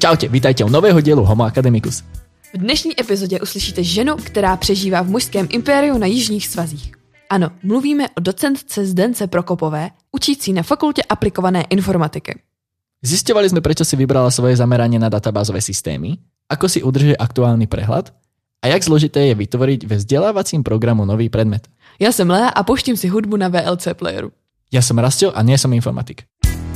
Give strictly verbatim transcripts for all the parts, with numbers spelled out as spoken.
Čaute, vítajte u nového dielu Homo Academicus. V dnešní epizodě uslyšíte ženu, která přežívá v mužském impériu na jižních svazích. Ano, mluvíme o docentce Zdence Prokopové, učící na fakultě aplikované informatiky. Zisťovali sme, prečo si vybrala svoje zameranie na databázové systémy, ako si udržuje aktuálny prehľad a jak zložité je vytvoriť ve vzdelávacím programu nový predmet. Já jsem Lea a pouštím si hudbu na V L C playeru. Ja som Rastio a nie som informatik.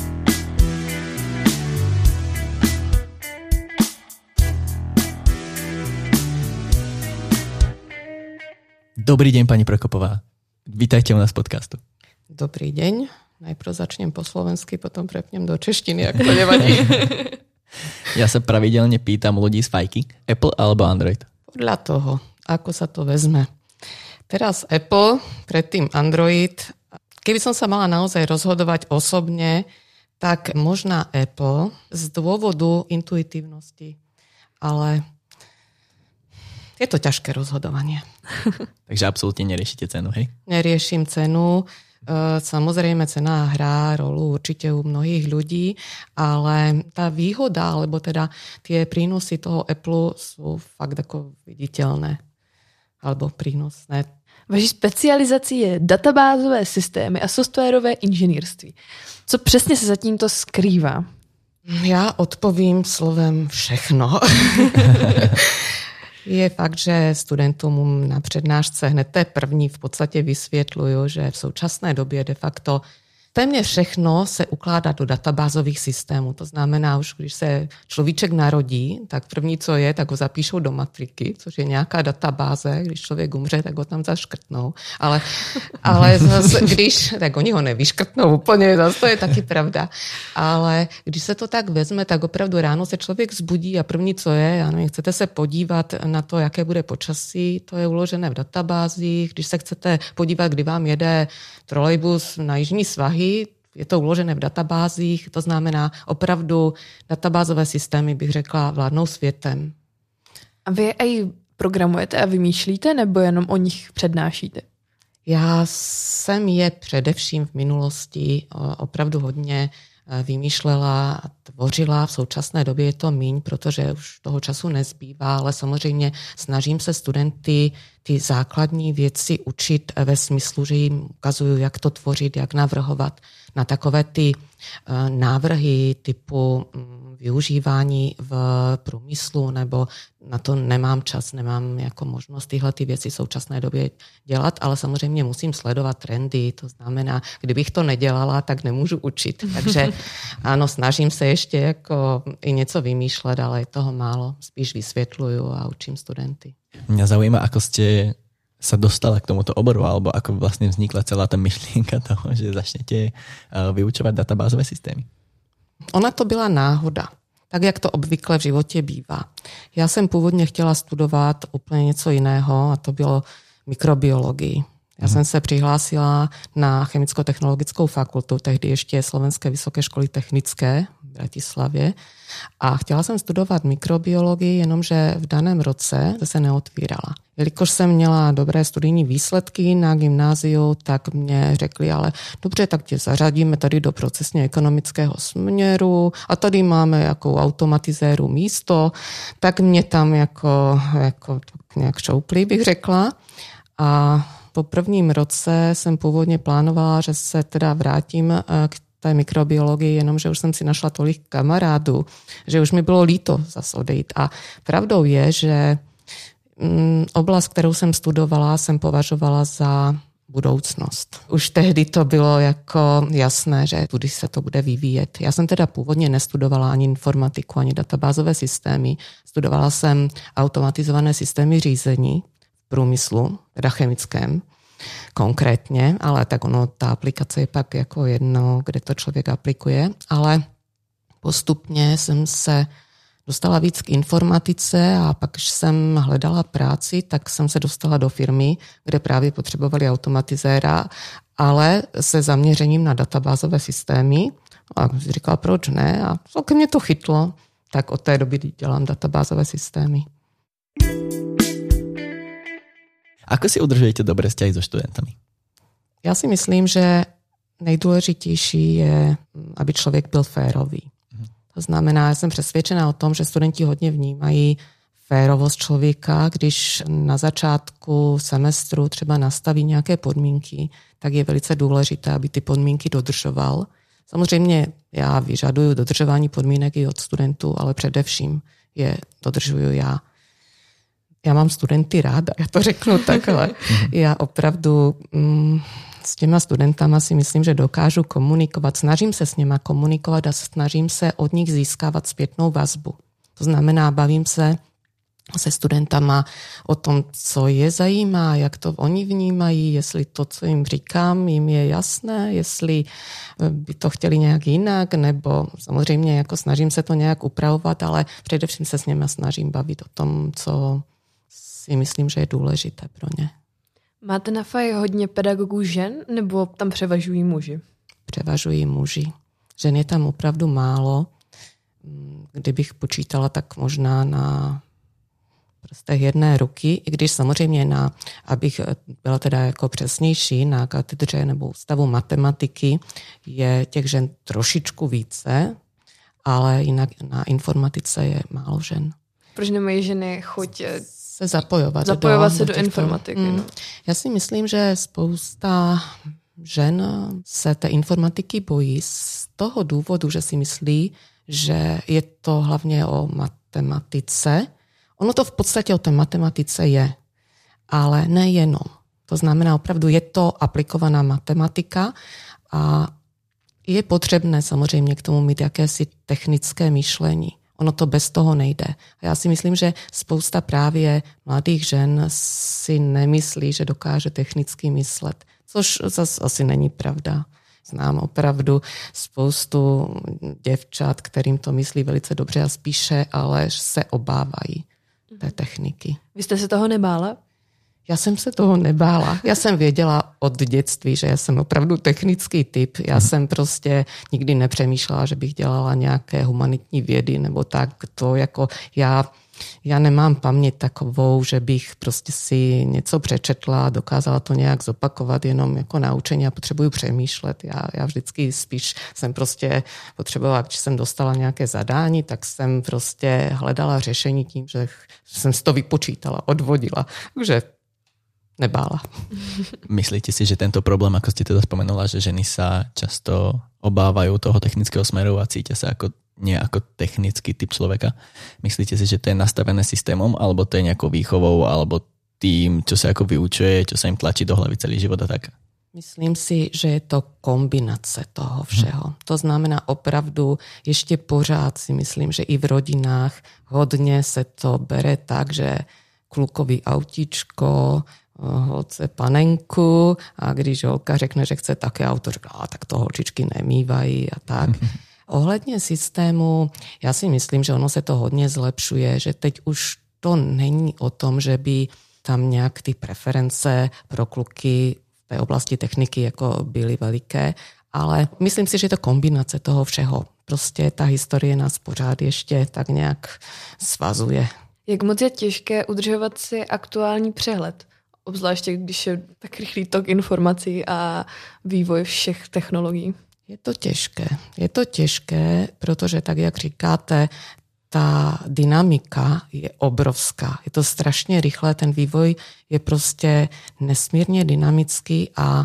Dobrý deň, pani Prokopová. Vítajte u nás v podcastu. Dobrý deň. Najprv začnem po slovensky, potom prepnem do češtiny, ak to nevadí. Ja sa pravidelne pýtam ľudí z fajky, Apple alebo Android? Podľa toho, ako sa to vezme. Teraz Apple, predtým Android. Keby som sa mala naozaj rozhodovať osobne, tak možná Apple z dôvodu intuitívnosti. Ale je to ťažké rozhodovanie. Takže absolútne neriešite cenu, hej? Neriešim cenu. Samozrejme, cena hrá rolu určite u mnohých ľudí, ale tá výhoda, alebo teda tie prínosy toho Apple sú fakt ako viditeľné. Alebo prínosné. Vaší specializací je databázové systémy a softwarové inženýrství. Co přesně se za tímto skrývá? Ja odpovím slovem všechno. Je fakt, že studentům na přednášce hned té první v podstatě vysvětluju, že v současné době de facto téměř všechno se ukládá do databázových systémů. To znamená, už když se človíček narodí, tak první, co je, tak ho zapíšou do matriky, což je nějaká databáze. Když člověk umře, tak ho tam zaškrtnou. Ale, ale zase, když, tak oni ho nevyškrtnou úplně, zase to je taky pravda. Ale když se to tak vezme, tak opravdu ráno se člověk vzbudí a první, co je, já nevím, chcete se podívat na to, jaké bude počasí, to je uložené v databázích. Když se chcete podívat, kdy vám jede trolejbus na jižní svahy, je to uložené v databázích, to znamená opravdu databázové systémy, bych řekla, vládnou světem. A vy aj programujete a vymýšlíte, nebo jenom o nich přednášíte? Já jsem je především v minulosti opravdu hodně vymýšlela a tvořila. V současné době je to míň, protože už toho času nezbývá, ale samozřejmě snažím se studenty ty základní věci učit ve smyslu, že jim ukazuju, jak to tvořit, jak navrhovat na takové ty návrhy typu využívání v průmyslu, nebo na to nemám čas, nemám jako možnost tyhle ty věci v současné době dělat, ale samozřejmě musím sledovat trendy, to znamená, kdybych to nedělala, tak nemůžu učit. Takže ano, snažím se ještě jako i něco vymýšlet, ale je toho málo. Spíš vysvětluju a učím studenty. Mňa zaujíma, ako ste sa dostala k tomuto oboru, alebo ako vlastne vznikla celá tá myšlienka toho, že začnete vyučovať databázové systémy. Ona to byla náhoda, tak jak to obvykle v životě bývá. Já jsem původně chtěla studovat úplně něco jiného a to bylo mikrobiologii. Já hmm. jsem se přihlásila na chemicko-technologickou fakultu, tehdy ještě Slovenské vysoké školy technické v Bratislavě a chtěla jsem studovat mikrobiologii, jenomže v daném roce se neotvírala. Jelikož jsem měla dobré studijní výsledky na gymnáziu, tak mě řekli, ale dobře, tak tě zařadíme tady do procesně ekonomického směru a tady máme jako automatizéru místo, tak mě tam jako, jako nějak šoupli, bych řekla. A po prvním roce jsem původně plánovala, že se teda vrátím k té mikrobiologii, jenomže už jsem si našla tolik kamarádů, že už mi bylo líto zase odejít. A pravdou je, že oblast, kterou jsem studovala, jsem považovala za budoucnost. Už tehdy to bylo jako jasné, že tudy se to bude vyvíjet. Já jsem teda původně nestudovala ani informatiku, ani databázové systémy. Studovala jsem automatizované systémy řízení v průmyslu, teda chemickém konkrétně, ale tak ono, ta aplikace je pak jako jedno, kde to člověk aplikuje, ale postupně jsem se dostala víc k informatice a pak, když jsem hledala práci, tak jsem se dostala do firmy, kde právě potřebovali automatizéra, ale se zaměřením na databázové systémy. A jsem si říkala, proč ne? A celkem mě to chytlo, tak od té doby dělám databázové systémy. Ako si udržujete dobré vzťahy so študentami? Já si myslím, že nejdůležitější je, aby člověk byl férový. To znamená, já jsem přesvědčená o tom, že studenti hodně vnímají férovost člověka, když na začátku semestru třeba nastaví nějaké podmínky, tak je velice důležité, aby ty podmínky dodržoval. Samozřejmě já vyžaduju dodržování podmínek i od studentů, ale především je dodržuju já. Já mám studenty ráda, já to řeknu takhle. Já opravdu mm, s těma studentama si myslím, že dokážu komunikovat. Snažím se s nima komunikovat a snažím se od nich získávat zpětnou vazbu. To znamená, bavím se se studentama o tom, co je zajímá, jak to oni vnímají, jestli to, co jim říkám, jim je jasné, jestli by to chtěli nějak jinak, nebo samozřejmě jako snažím se to nějak upravovat, ale především se s nimi snažím bavit o tom, co si myslím, že je důležité pro ně. Máte na F A I hodně pedagogů žen, nebo tam převažují muži? Převažují muži. Žen je tam opravdu málo. Kdybych počítala, tak možná na prstech jedné ruky, i když samozřejmě, na, abych byla teda jako přesnější, na katedře nebo ústavu matematiky je těch žen trošičku více, ale jinak na informatice je málo žen. Proč nemají ženy chuť se zapojovat, zapojovat do, se do, do informatiky? Mm. No. Já si myslím, že spousta žen se té informatiky bojí z toho důvodu, že si myslí, že je to hlavně o matematice. Ono to v podstatě o té matematice je, ale nejenom. To znamená opravdu, je to aplikovaná matematika a je potřebné samozřejmě k tomu mít jakési technické myšlení. Ono to bez toho nejde. A já si myslím, že spousta právě mladých žen si nemyslí, že dokáže technicky myslet, což zase asi není pravda. Znám opravdu spoustu děvčat, kterým to myslí velice dobře a spíše, ale se obávají té techniky. Vy jste se toho nebála? Já jsem se toho nebála. Já jsem věděla od dětství, že já jsem opravdu technický typ. Já jsem prostě nikdy nepřemýšlela, že bych dělala nějaké humanitní vědy nebo tak. To jako já, já nemám paměť takovou, že bych prostě si něco přečetla a dokázala to nějak zopakovat jenom jako naučení a potřebuju přemýšlet. Já, já vždycky spíš jsem prostě potřebovala, když jsem dostala nějaké zadání, tak jsem prostě hledala řešení tím, že jsem si to vypočítala, odvodila. Takže nebála. Myslíte si, že tento problém, ako ste teda spomenula, že ženy sa často obávajú toho technického smeru a cítia sa ako nie ako technický typ človeka? Myslíte si, že to je nastavené systémom, alebo to je nejakou výchovou, alebo tým, čo sa ako vyučuje, čo sa im tlačí do hlavy celý život a tak? Myslím si, že je to kombinace toho všeho. Hmm. To znamená opravdu, ještě pořád si myslím, že i v rodinách hodně se to bere tak, že klukový autíčko, holce panenku a když holka řekne, že chce také auto, říká, a tak to holčičky nemývají a tak. Ohledně systému, já si myslím, že ono se to hodně zlepšuje, že teď už to není o tom, že by tam nějak ty preference pro kluky v té oblasti techniky jako byly veliké, ale myslím si, že je to kombinace toho všeho. Prostě ta historie nás pořád ještě tak nějak svazuje. Jak moc je těžké udržovat si aktuální přehled? Obzvláště, když je tak rychlý tok informací a vývoj všech technologií. Je to těžké. Je to těžké, protože tak, jak říkáte, ta dynamika je obrovská. Je to strašně rychlé, ten vývoj je prostě nesmírně dynamický a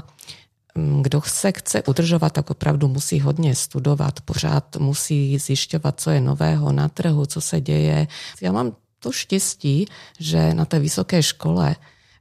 kdo se chce udržovat, tak opravdu musí hodně studovat, pořád musí zjišťovat, co je nového na trhu, co se děje. Já mám to štěstí, že na té vysoké škole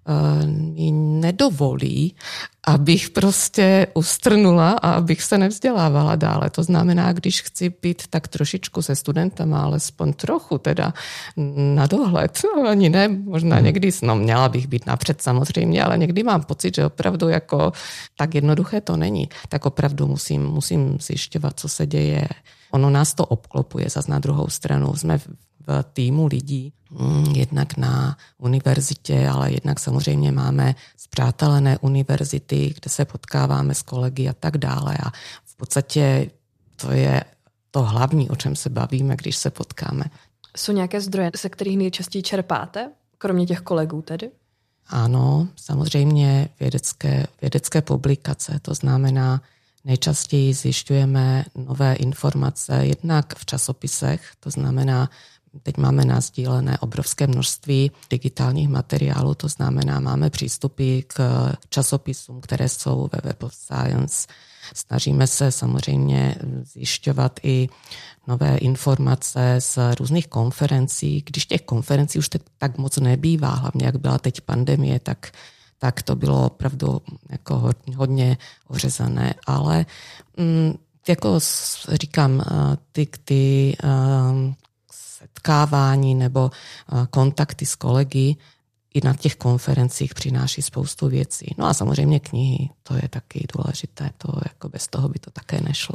mi nedovolí, abych prostě ustrnula a abych se nevzdělávala dále. To znamená, když chci být tak trošičku se studentama, alespoň trochu teda na dohled, ani ne, možná někdy, no měla bych být napřed samozřejmě, ale někdy mám pocit, že opravdu jako tak jednoduché to není. Tak opravdu musím, musím zjišťovat, co se děje. Ono nás to obklopuje, zas na druhou stranu. Jsme v týmu lidí, jednak na univerzitě, ale jednak samozřejmě máme spřátelené univerzity, kde se potkáváme s kolegy a tak dále. A v podstatě to je to hlavní, o čem se bavíme, když se potkáme. Jsou nějaké zdroje, se kterých nejčastěji čerpáte, kromě těch kolegů tedy? Ano, samozřejmě vědecké, vědecké publikace, to znamená nejčastěji zjišťujeme nové informace jednak v časopisech, to znamená, teď máme nasdílené obrovské množství digitálních materiálů, to znamená, máme přístupy k časopisům, které jsou ve Web of Science. Snažíme se samozřejmě zjišťovat i nové informace z různých konferencí. Když těch konferencí už teď tak moc nebývá, hlavně jak byla teď pandemie, tak, tak to bylo opravdu jako hodně ořezané. Ale mm, jako říkám, ty, ty setkávání nebo kontakty s kolegy i na těch konferencích přináší spoustu věcí. No a samozřejmě knihy, to je taky důležité, to jako bez toho by to také nešlo.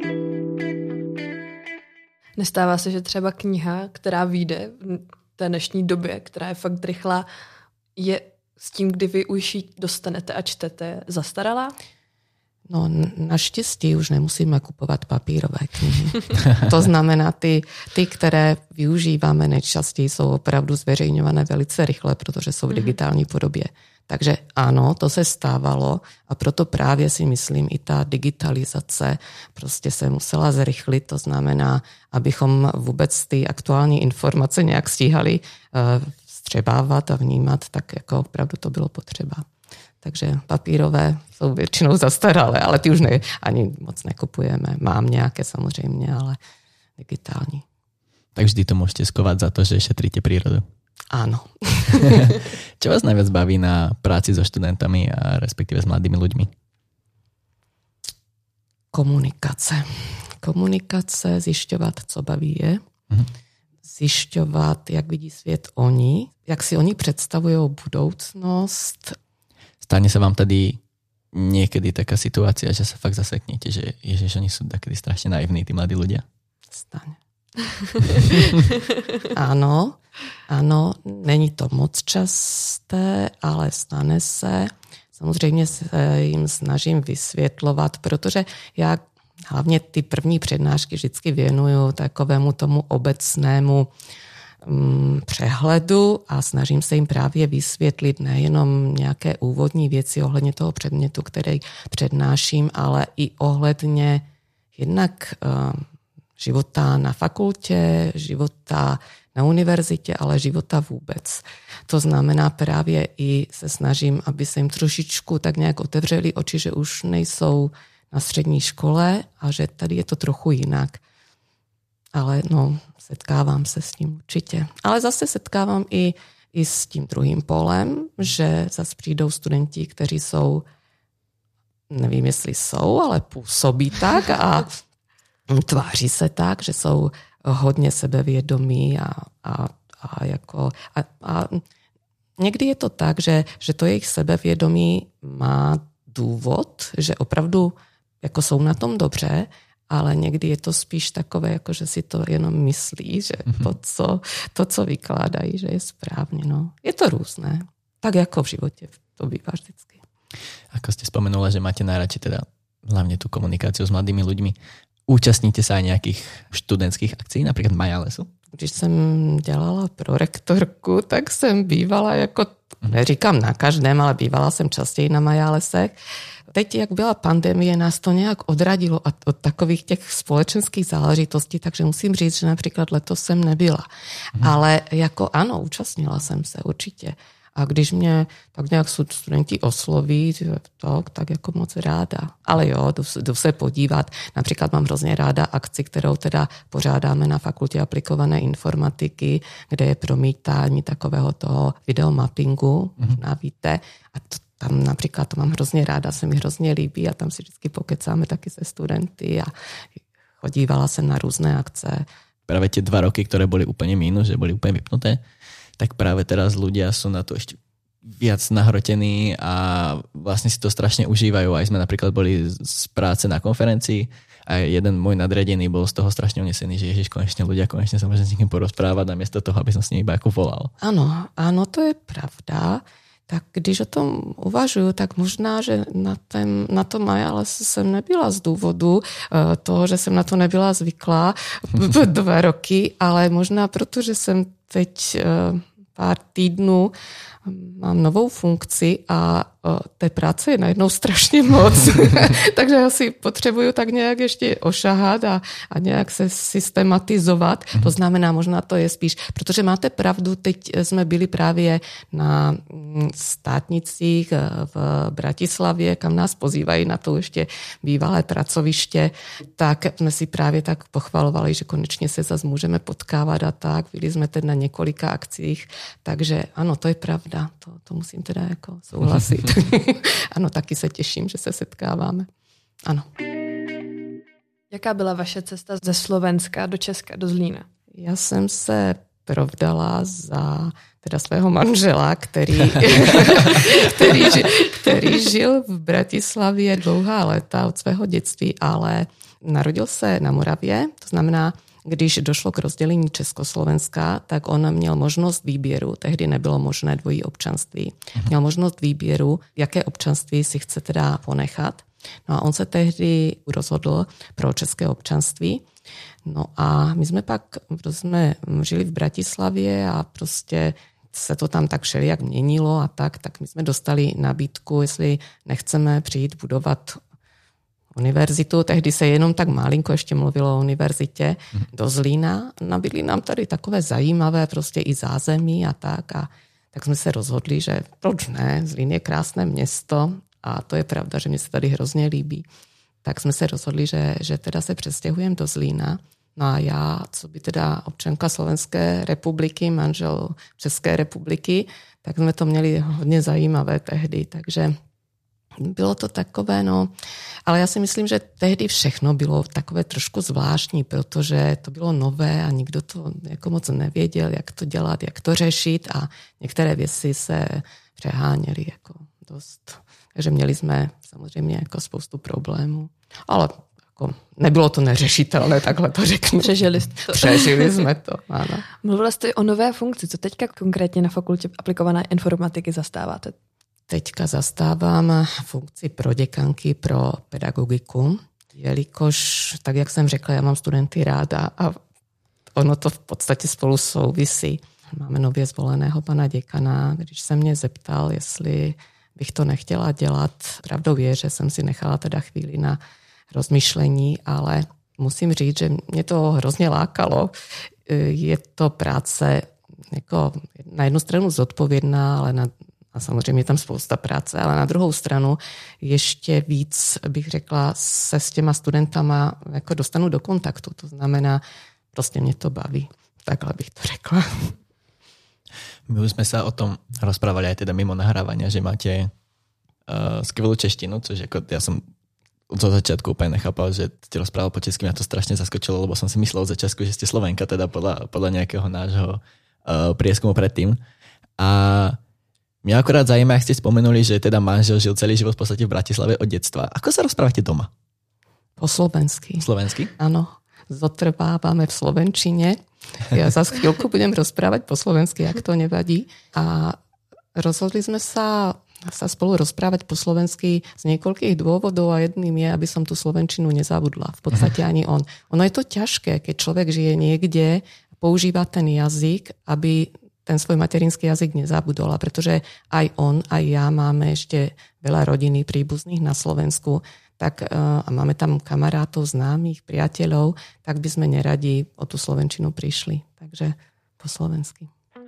Nestává se, že třeba kniha, která vyjde v té dnešní době, která je fakt rychlá, je s tím, kdy vy už ji dostanete a čtete, zastaralá? No naštěstí už nemusíme kupovat papírové knihy. To znamená, ty, ty, které využíváme nejčastěji, jsou opravdu zveřejňované velice rychle, protože jsou v digitální podobě. Takže ano, to se stávalo a proto právě si myslím, i ta digitalizace prostě se musela zrychlit. To znamená, abychom vůbec ty aktuální informace nějak stíhali vstřebávat a vnímat, tak jako opravdu to bylo potřeba. Takže papírové jsou většinou zastaralé, ale ty už ne, ani moc nekupujeme. Mám nějaké samozřejmě, ale digitální. Tak vždy to môžete skovať za to, že šetríte prírodu. Áno. Čo vás najviac baví na práci so študentami a respektíve s mladými ľuďmi? Komunikace. Komunikace, zjišťovat, co baví je. Mhm. Zjišťovat, jak vidí svět oni, jak si oni představují budoucnost. Stane sa vám tady niekedy taká situácia, že sa fakt zaseknete, že ježiš, oni sú takedy strašne naivní, tí mladí ľudia? Stane. Áno, áno, není to moc časté, ale stane se. Samozřejmě se jim snažím vysvětlovat, protože já hlavně ty první přednášky vždycky věnuju takovému tomu obecnému přehledu a snažím se jim právě vysvětlit nejenom nějaké úvodní věci ohledně toho předmětu, který přednáším, ale i ohledně jednak života na fakultě, života na univerzitě, ale života vůbec. To znamená právě i se snažím, aby se jim trošičku tak nějak otevřeli oči, že už nejsou na střední škole a že tady je to trochu jinak. Ale no, setkávám se s tím určitě. Ale zase setkávám i, i s tím druhým polem, že zase přijdou studenti, kteří jsou, nevím, jestli jsou, ale působí tak a tváří se tak, že jsou hodně sebevědomí a, a, a, jako, a, a někdy je to tak, že, že to jejich sebevědomí má důvod, že opravdu jako jsou na tom dobře, ale někdy je to spíš takové, jako že si to jenom myslí, že to, co, to, co vykládají, že je správně. No. Je to různé. Tak jako v životě to bývá vždycky. Ako ste spomenula, že máte najradši teda hlavne tú komunikáciu s mladými ľuďmi, účastníte sa aj nejakých študentských akcí, napríklad Majalesu? Když jsem dělala pro rektorku, tak jsem bývala jako, neříkám na každém, ale bývala jsem častěji na Majálesech. Teď, jak byla pandemie, nás to nějak odradilo od takových těch společenských záležitostí, takže musím říct, že například letos jsem nebyla. Hmm. Ale jako ano, účastnila jsem se určitě. A když mě tak nějak studenti osloví, tak, tak jako moc ráda. Ale jo, jdu, jdu se podívat. Například mám hrozně ráda akci, kterou teda pořádáme na Fakultě aplikované informatiky, kde je promítání takového toho videomappingu, možná mm-hmm. víte. A to, tam například to mám hrozně ráda, se mi hrozně líbí a tam si vždycky pokecáme taky se studenty a chodívala jsem na různé akce. Práve tie dva roky, ktoré boli úplne mínus, že boli úplne vypnuté, tak práve teraz ľudia sú na to ešte viac nahrotení a vlastne si to strašne užívajú. Aj sme napríklad boli z práce na konferencii a jeden môj nadriadený bol z toho strašne unesený, že ježiš, konečne ľudia, konečne sa môžem s niekým porozprávať namiesto toho, aby som s ním iba ako volal. Ano, ano, to je pravda. Tak když o tom uvažuju, tak možná, že na, ten, na to Majalesu jsem nebyla z důvodu uh, toho, že jsem na to nebyla zvyklá dva roky, ale možná proto, že jsem teď uh, pár týdnů mám novou funkci a o, té práce je najednou strašně moc. Takže já si potřebuju tak nějak ještě ošahat a, a nějak se systematizovat. To znamená, možná to je spíš, protože máte pravdu, teď jsme byli právě na státnicích v Bratislavě, kam nás pozývají na to ještě bývalé pracoviště, tak jsme si právě tak pochvalovali, že konečně se zase můžeme potkávat a tak. Byli jsme teď na několika akcích, takže ano, to je pravda. To, to musím teda jako souhlasit. Ano, taky se těším, že se setkáváme. Ano. Jaká byla vaše cesta ze Slovenska do Česka, do Zlína? Já jsem se provdala za teda svého manžela, který, který, který žil v Bratislavě dlouhá léta od svého dětství, ale narodil se na Moravě, to znamená, když došlo k rozdělení Československa, tak on měl možnost výběru, tehdy nebylo možné dvojí občanství, měl možnost výběru, jaké občanství si chce teda ponechat. No a on se tehdy rozhodl pro české občanství. No a my jsme pak, protože jsme žili v Bratislavě a prostě se to tam tak všelijak měnilo a tak, tak my jsme dostali nabídku, jestli nechceme přijít budovat univerzitu. Tehdy se jenom tak malinko ještě mluvilo o univerzitě do Zlína. Nabídli nám tady takové zajímavé prostě i zázemí a tak. A tak jsme se rozhodli, že proč ne, Zlín je krásné město a to je pravda, že mi se tady hrozně líbí. Tak jsme se rozhodli, že, že teda se přestěhujeme do Zlína. No a já, co by teda občanka Slovenské republiky, manžel České republiky, tak jsme to měli hodně zajímavé tehdy, takže bylo to takové, no, ale já si myslím, že tehdy všechno bylo takové trošku zvláštní, protože to bylo nové a nikdo to jako moc nevěděl, jak to dělat, jak to řešit a některé věci se přeháněly jako dost. Takže měli jsme samozřejmě jako spoustu problémů, ale jako nebylo to neřešitelné, takhle to řeknu. Přežili jste to. Přežili jsme to, ano. Mluvila jste o nové funkci, co teďka konkrétně na fakultě aplikované informatiky zastáváte? Teďka zastávám funkci proděkanky pro pedagogiku, jelikož, tak jak jsem řekla, já mám studenty ráda a ono to v podstatě spolu souvisí. Máme nově zvoleného pana děkana, když se mě zeptal, jestli bych to nechtěla dělat. Pravdou je, že jsem si nechala teda chvíli na rozmyšlení, ale musím říct, že mě to hrozně lákalo. Je to práce jako na jednu stranu zodpovědná, ale na a samozřejmě je tam spousta práce, ale na druhou stranu ještě víc, bych řekla, se s těma studentama jako dostanu do kontaktu. To znamená, prostě mě to baví. Takhle bych to řekla. My už jsme se o tom rozprávali aj teda mimo nahrávania, že máte uh, skvělou češtinu, což jako já jsem od začátku úplně nechápal, že ste rozprával po česky. Mě to strašně zaskočilo, lebo som si myslel od začátku, že ste Slovenka, teda podľa, podľa nejakého nášho uh, prieskumu predtým. A mňa akorát zajímá, jak ste spomenuli, že teda manžel žil celý život v podstate v Bratislave od detstva. Ako sa rozprávate doma? Po slovensky. Slovensky? Áno, zotrvávame v slovenčine. Ja za chvíľku budem rozprávať po slovensky, ak to nevadí. A rozhodli sme sa, sa spolu rozprávať po slovensky z niekoľkých dôvodov a jedným je, aby som tú slovenčinu nezabudla. V podstate ani on. Ono je to ťažké, keď človek žije niekde, používa ten jazyk, aby ten svoj materinský jazyk nezabudol, pretože aj on, aj ja máme ešte veľa rodiny príbuzných na Slovensku, tak a máme tam kamarátov, známych, priateľov, tak by sme neradi o tú slovenčinu prišli. Takže po slovensky.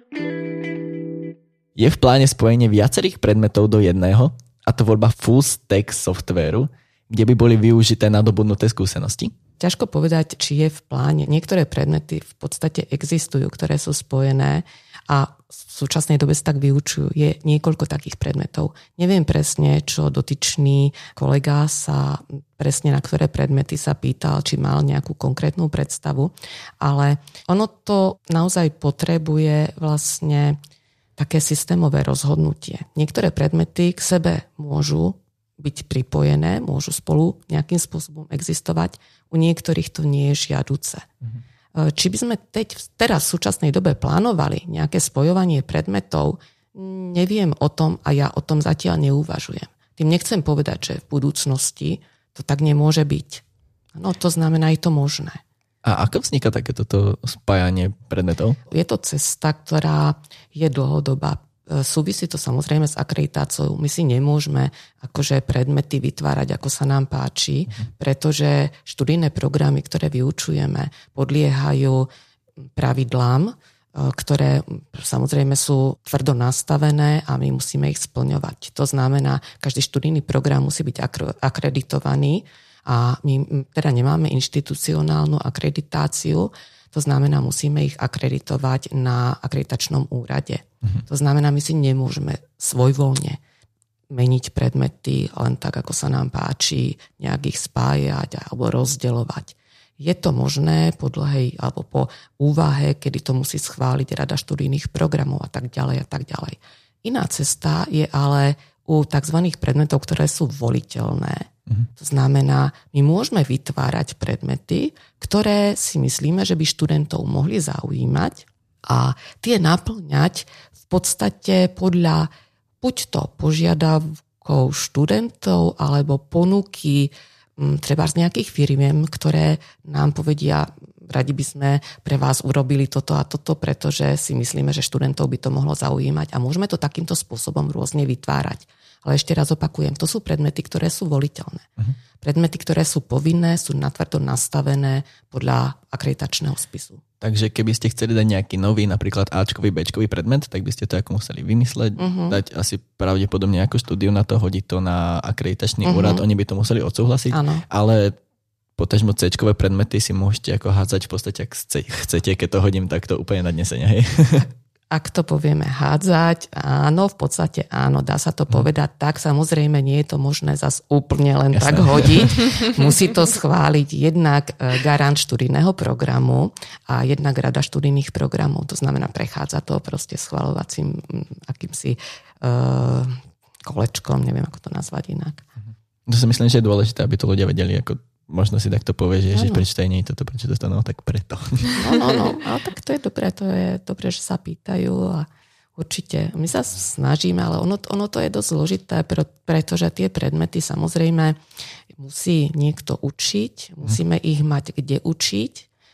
Je v pláne spojenie viacerých predmetov do jedného, a to voľba full stack softvéru, kde by boli využité nadobudnuté skúsenosti? Ťažko povedať, či je v pláne. Niektoré predmety v podstate existujú, ktoré sú spojené a v súčasnej dobe sa tak vyučujú. Je niekoľko takých predmetov. Neviem presne, čo dotyčný kolega sa presne na ktoré predmety sa pýtal, či mal nejakú konkrétnu predstavu, ale ono to naozaj potrebuje vlastne také systémové rozhodnutie. Niektoré predmety k sebe môžu byť pripojené, môžu spolu nejakým spôsobom existovať. U niektorých to nie je žiaduce. Mm-hmm. Či by sme teď, teraz v súčasnej dobe plánovali nejaké spojovanie predmetov, neviem o tom a ja o tom zatiaľ neuvažujem. Tým nechcem povedať, že v budúcnosti to tak nemôže byť. No to znamená, je to možné. A ako vzniká takéto spájanie predmetov? Je to cesta, ktorá je dlhodobá. Súvisí to samozrejme s akreditáciou. My si nemôžeme akože predmety vytvárať, ako sa nám páči, pretože študijné programy, ktoré vyučujeme, podliehajú pravidlám, ktoré samozrejme sú tvrdo nastavené a my musíme ich splňovať. To znamená, každý študijný program musí byť akreditovaný a my teda nemáme inštitucionálnu akreditáciu. To znamená, musíme ich akreditovať na akreditačnom úrade. Mhm. To znamená, my si nemôžeme svojvoľne meniť predmety len tak, ako sa nám páči, nejak ich spájať alebo rozdeľovať. Je to možné po dlhej alebo po úvahe, kedy to musí schváliť Rada študijných programov a tak ďalej a tak ďalej. Iná cesta je ale u tzv. Predmetov, ktoré sú voliteľné. To znamená, my môžeme vytvárať predmety, ktoré si myslíme, že by študentov mohli zaujímať a tie naplňať v podstate podľa buď to požiadavkov študentov alebo ponuky treba z nejakých firiem, ktoré nám povedia, radi by sme pre vás urobili toto a toto, pretože si myslíme, že študentov by to mohlo zaujímať a môžeme to takýmto spôsobom rôzne vytvárať. Ale ešte raz opakujem, to sú predmety, ktoré sú voliteľné. Uh-huh. Predmety, ktoré sú povinné, sú natvrdo nastavené podľa akreditačného spisu. Takže keby ste chceli dať nejaký nový, napríklad Ačkový, Bčkový predmet, tak by ste to ako museli vymysleť, uh-huh. dať asi pravdepodobne nejakú štúdiu na to, hodiť to na akreditačný uh-huh. úrad, oni by to museli odsúhlasiť, ano. Ale potažmo Cčkové predmety si môžete ako hádzať v podstate, ak chcete, keď to hodím takto úplne nadnesenia, hej? Ak to povieme hádzať, áno, v podstate áno, dá sa to povedať tak. Samozrejme, nie je to možné zas úplne len Jasne. Tak hodiť. Musí to schváliť jednak garant študijného programu a jednak Rada študijných programov. To znamená, prechádza to proste schvaľovacím akýmsi uh, kolečkom, neviem, ako to nazvať inak. To si myslím, že je dôležité, aby to ľudia vedeli, ako možno si takto povie, že ježiš, prečo to nie je toto, prečo to stalo, tak preto. No, no, no, ale tak to je dobré, to je dobré, že sa pýtajú a určite. My sa snažíme, ale ono, ono to je dosť zložité, pretože tie predmety samozrejme musí niekto učiť, musíme ich mať kde učiť.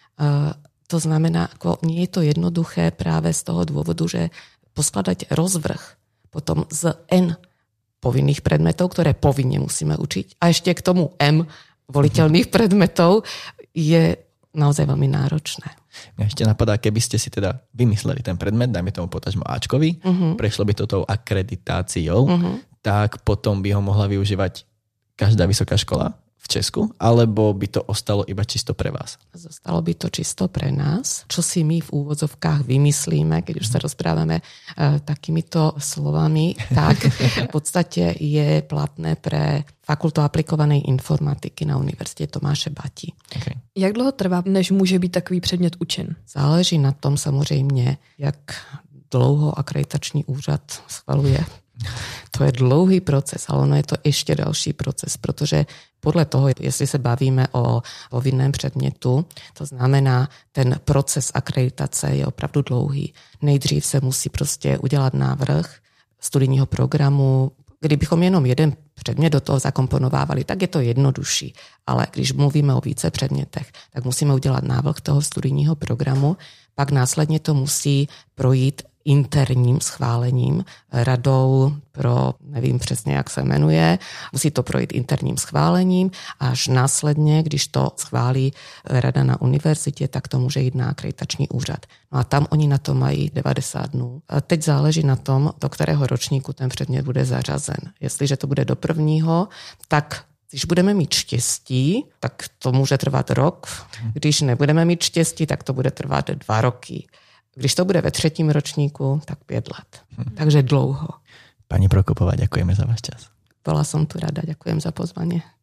To znamená, ako nie je to jednoduché práve z toho dôvodu, že poskladať rozvrh potom z N povinných predmetov, ktoré povinne musíme učiť a ešte k tomu M voliteľných predmetov je naozaj veľmi náročné. Mňa ešte napadá, keby ste si teda vymysleli ten predmet, dajme tomu potažmo Ačkový, uh-huh. prešlo by to tou akreditáciou, uh-huh. tak potom by ho mohla využívať každá vysoká škola v Česku, alebo by to ostalo iba čisto pre vás? Zostalo by to čisto pre nás. Čo si my v úvodzovkách vymyslíme, keď už sa rozprávame uh, takýmito slovami, tak v podstate je platné pre Fakultu aplikovanej informatiky na Univerzite Tomáše Bati. Okay. Jak dlouho trvá, než může být takový předmět učen? Záleží na tom samozřejmě, jak dlouho akreditačný úřad schvaluje. To je dlouhý proces, ale ono je to ještě další proces, protože podle toho, jestli se bavíme o povinném předmětu, to znamená, ten proces akreditace je opravdu dlouhý. Nejdřív se musí prostě udělat návrh studijního programu. Kdybychom jenom jeden předmět do toho zakomponovávali, tak je to jednodušší. Ale když mluvíme o více předmětech, tak musíme udělat návrh toho studijního programu, pak následně to musí projít interním schválením radou pro, nevím přesně, jak se jmenuje, musí to projít interním schválením, až následně, když to schválí rada na univerzitě, tak to může jít na akreditační úřad. No a tam oni na to mají devadesát dnů. A teď záleží na tom, do kterého ročníku ten předmět bude zařazen. Jestliže to bude do prvního, tak když budeme mít štěstí, tak to může trvat rok. Když nebudeme mít štěstí, tak to bude trvat dva roky. Když to bude ve třetím ročníku, tak pět let. Hmm. Takže dlouho. Pani Prokopová, ďakujeme za váš čas. Bola som tu rada, ďakujem za pozvanie.